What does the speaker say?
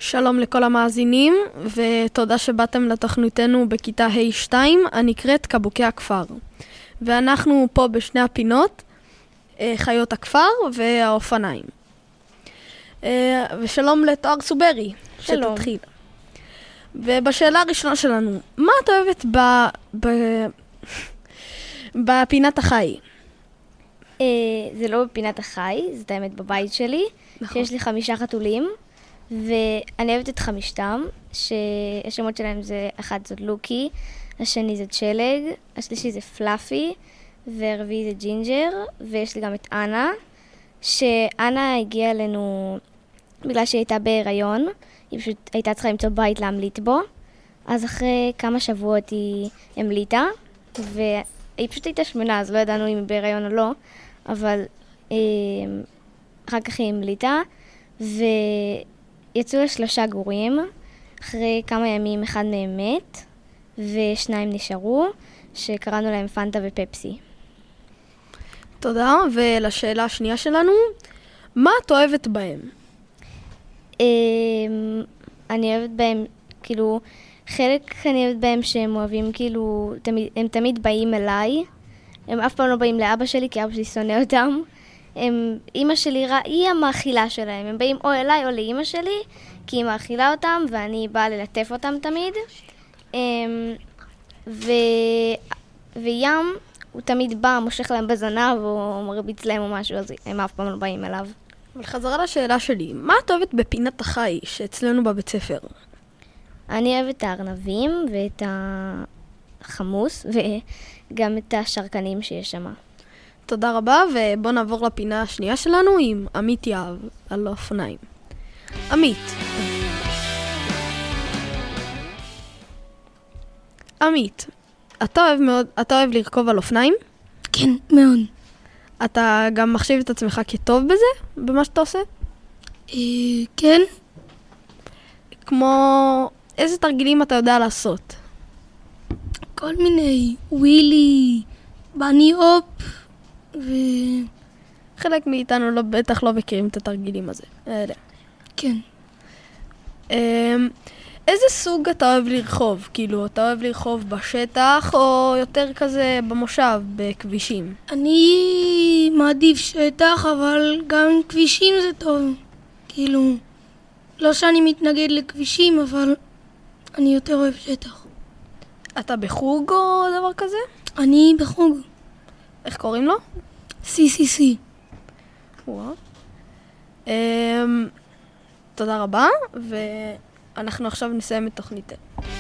שלום לכל המאזינים, ותודה שבאתם לתוכניתנו בכיתה ה'2 הנקראת קבוקי הכפר. ואנחנו פה בשני הפינות, חיות הכפר והאופניים. ושלום לתואר סוברי, שלום. שתתחיל. ובשאלה הראשונה שלנו, מה את אוהבת בפינת החי? זה לא בפינת החי, זאת האמת בבית שלי, נכון. שיש לי 5 חתולים, ואני אוהבת את 5, שהשמות שלהם זה, אחד זאת לוקי, השני זה צ'לג, השלישי זה פלאפי, והרביעי זה ג'ינג'ר, ויש לי גם את אנה, שאנה הגיעה אלינו בגלל שהיא הייתה בהיריון, היא פשוט הייתה צריכה למצוא בית להמליט בו, אז אחרי כמה שבועות היא המליטה, והיא פשוט הייתה שמנה, אז לא ידענו אם היא בהיריון או לא, אבל אחר כך היא המליטה, ויצאו לה 3 גורים, אחרי כמה ימים אחד מהם מת, ו2 נשארו, שקראנו להם פנטה ופפסי. תודה, ולשאלה השנייה שלנו, מה את אוהבת בהם? אני אוהבת בהם, כאילו, חלק אני אוהבת בהם שהם אוהבים, כאילו, הם תמיד באים אליי, הם אף פעם לא באים לאבא שלי, כי אבא שלי שונא אותם. אמא שלי, היא המאכילה שלהם, הם באים או אליי או לאמא שלי, כי היא מאכילה אותם, ואני באה ללטף אותם תמיד. וים, הוא תמיד בא, מושך להם בזנב, או מרביץ להם או משהו, אז הם אף פעם לא באים אליו. אבל חזרה לשאלה שלי, מה את אוהבת בפינת החי שאצלנו בבית ספר? אני אוהבת את הארנבים ואת החמוס, וגם את השרקנים שיש שם. תודה רבה, ובוא נעבור לפינה השנייה שלנו עם עמית יהב על אופניים. עמית, אתה אוהב לרכוב על אופניים? כן, מאוד. אתה גם מחשיב את עצמך כטוב בזה, במה שאתה עושה? כן. כמו איזה תרגילים אתה יודע לעשות? כל מיני, ווילי, בני הופ, חלק מאיתנו בטח לא מכירים את התרגילים האלה. כן. איזה סוג אתה אוהב לרחוב? כאילו, אתה אוהב לרחוב בשטח או יותר כזה במושב, בכבישים? אני מעדיף שטח, אבל גם כבישים זה טוב. כאילו, לא שאני מתנגד לכבישים, אבל אני יותר אוהב שטח. אתה בחוג או דבר כזה? אני בחוג. איך קוראים לו? CCC. וואו. תודה רבה, ואנחנו עכשיו נסיים את תוכניתנו.